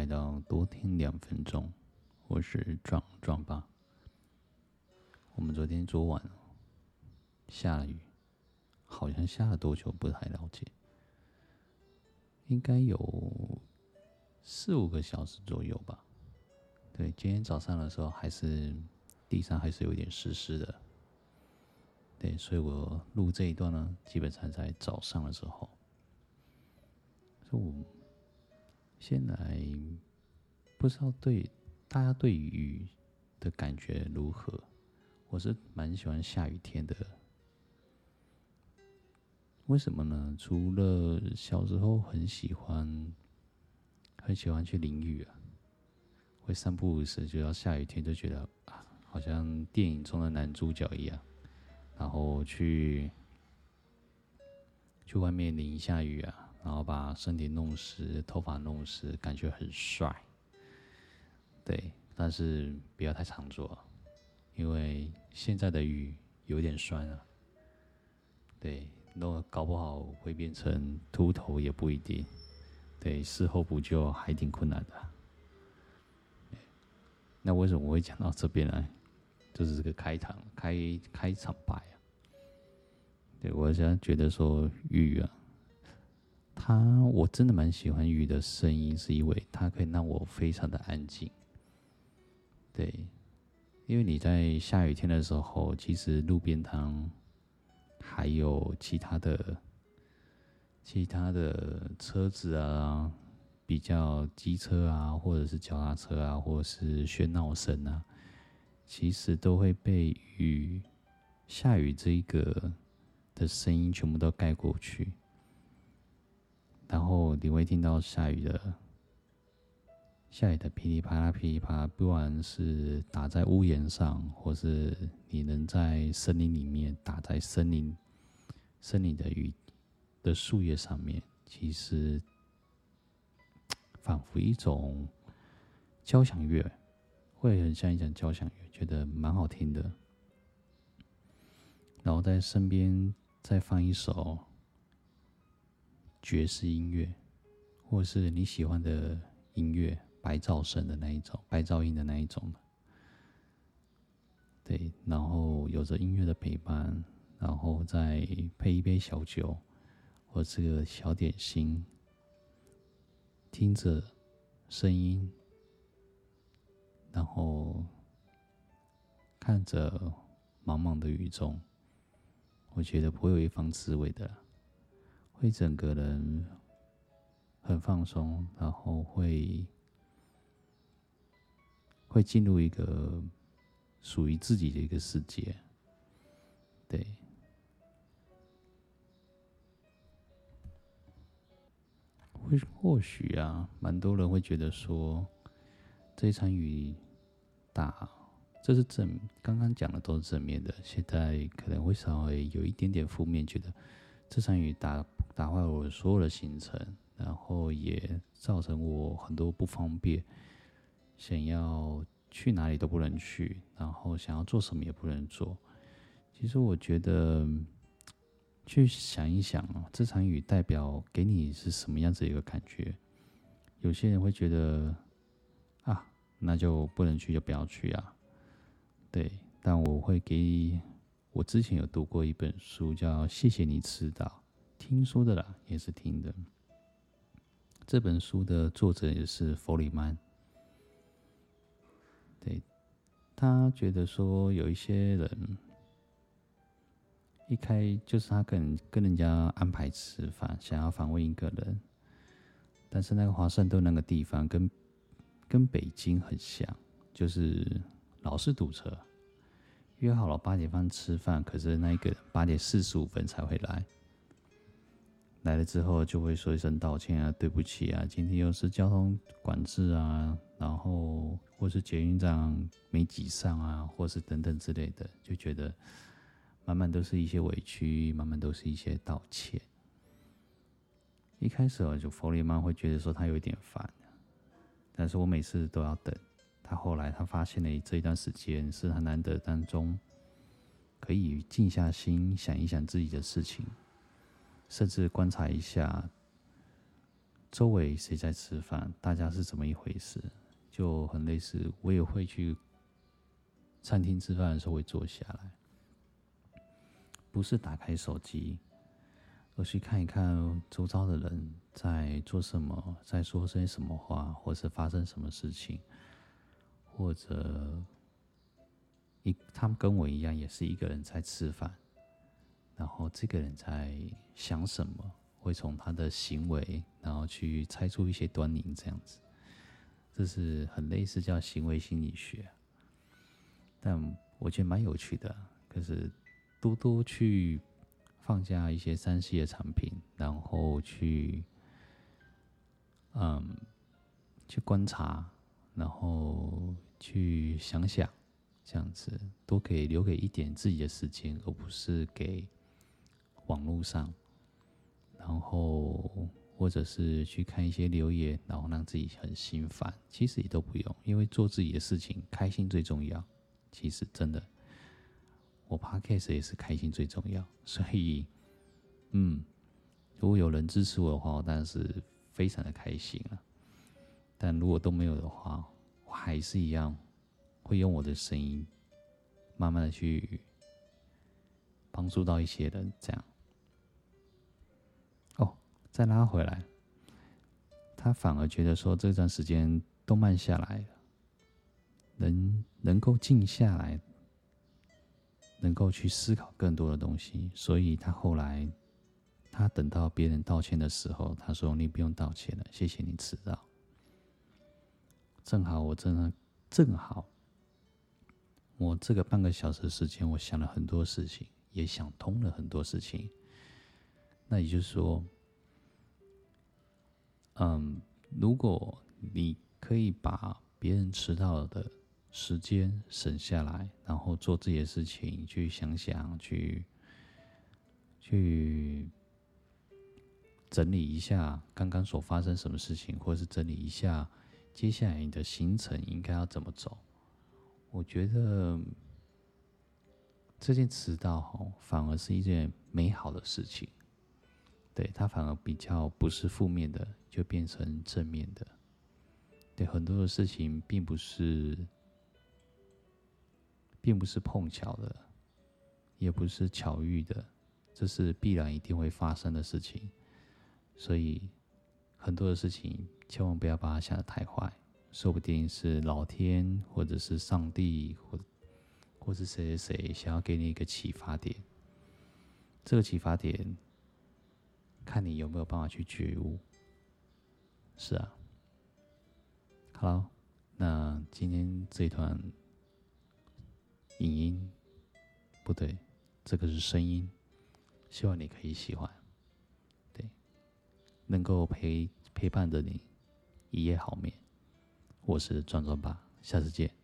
来到多听2分钟，我是壮爸。我们昨晚下了雨，好像下了多久不太了解，应该有4-5个小时左右吧。对，今天早上的时候地上还是有点湿湿的。对，所以我录这一段呢，基本上在早上的时候。所以我先来，不知道大家对雨的感觉如何？我是蛮喜欢下雨天的。为什么呢？除了小时候很喜欢去淋雨啊，会3不5时就要下雨天，就觉得好像电影中的男主角一样，然后去外面淋一下雨啊，然后把身体弄湿、头发弄湿，感觉很帅。对，但是不要太常做，因为现在的雨有点酸啊。对，搞不好会变成秃头也不一定。对，事后补救还挺困难的。那为什么我会讲到这边来？就是这个开场白啊。对，我现在觉得说雨啊，我真的蛮喜欢雨的声音，是因为它可以让我非常的安静。对，因为你在下雨天的时候，其实路边摊还有其他的车子啊，比较机车啊，或者是脚踏车啊，或者是喧闹声啊，其实都会被下雨这一个的声音全部都盖过去。然后你会听到下雨的噼里啪啦噼里啪啦，不管是打在屋檐上，或是你能在森林里面打在森林的雨的树叶上面，其实仿佛一种交响乐，会很像一种交响乐，觉得蛮好听的。然后在身边再放一首爵士音乐，或是你喜欢的音乐，白噪音的那一种的。对，然后有着音乐的陪伴，然后再配一杯小酒，或是个小点心，听着声音，然后看着茫茫的雨中，我觉得不会有一方滋味的啦，会整个人很放松，然后会进入一个属于自己的一个世界。对，或许啊，蛮多人会觉得说，这一场雨打，这是刚刚讲的都是正面的，现在可能会稍微有一点点负面，觉得这场雨打坏我所有的行程，然后也造成我很多不方便，想要去哪里都不能去，然后想要做什么也不能做。其实我觉得，去想一想这场雨代表给你是什么样子的一个感觉。有些人会觉得那就不能去就不要去啊。对，但我之前有读过一本书叫《谢谢你迟到》，听说的啦，也是听的。这本书的作者也是弗里曼。对，他觉得说有一些人就是他跟人家安排吃饭，想要访问一个人，但是那个华盛顿那个地方跟北京很像，就是老是堵车。约好了8点半吃饭，可是那一个人8点45分才会来。来了之后就会说一声道歉啊，对不起啊，今天又是交通管制啊，然后或是捷运站没挤上啊，或是等等之类的，就觉得满满都是一些委屈，满满都是一些道歉。一开始就弗里曼会觉得说他有一点烦，但是我每次都要等。后来他发现了这一段时间是他难得当中可以静下心想一想自己的事情，甚至观察一下周围谁在吃饭，大家是怎么一回事，就很类似。我也会去餐厅吃饭的时候会坐下来，不是打开手机，而去看一看周遭的人在做什么，在说些什么话，或是发生什么事情，或者他们跟我一样，也是一个人在吃饭，然后这个人在想什么，会从他的行为，然后去猜出一些端倪，这样子。这是很类似叫行为心理学，但我觉得蛮有趣的。可是多多去放下一些3C 的产品，然后去观察，然后去想想，这样子都可以留给一点自己的时间，而不是给网络上，然后或者是去看一些留言，然后让自己很心烦。其实也都不用，因为做自己的事情，开心最重要。其实真的，我 Podcast 也是开心最重要。所以，如果有人支持我的话，我当然是非常的开心了。但如果都没有的话，我还是一样会用我的声音，慢慢的去帮助到一些人，这样。再拉回来，他反而觉得说这段时间都慢下来了，能够静下来，能够去思考更多的东西，所以他后来，他等到别人道歉的时候，他说：“你不用道歉了，谢谢你迟到。”正好我这个半个小时的时间，我想了很多事情，也想通了很多事情。那也就是说，如果你可以把别人迟到的时间省下来，然后做自己的事情，去想想，去整理一下刚刚所发生什么事情，或是整理一下接下来你的行程应该要怎么走。我觉得这件迟到反而是一件美好的事情。对，它反而比较不是负面的，就变成正面的。对，很多的事情并不是碰巧的，也不是巧遇的，这是必然一定会发生的事情。所以很多的事情千万不要把它想得太坏，说不定是老天或者是上帝或是谁谁谁想要给你一个启发点。这个启发点看你有没有办法去觉悟。是啊，好，那今天这一段影音不对，这个是声音，希望你可以喜欢。对，能够陪伴着你一夜好眠。我是壮壮爸，下次见。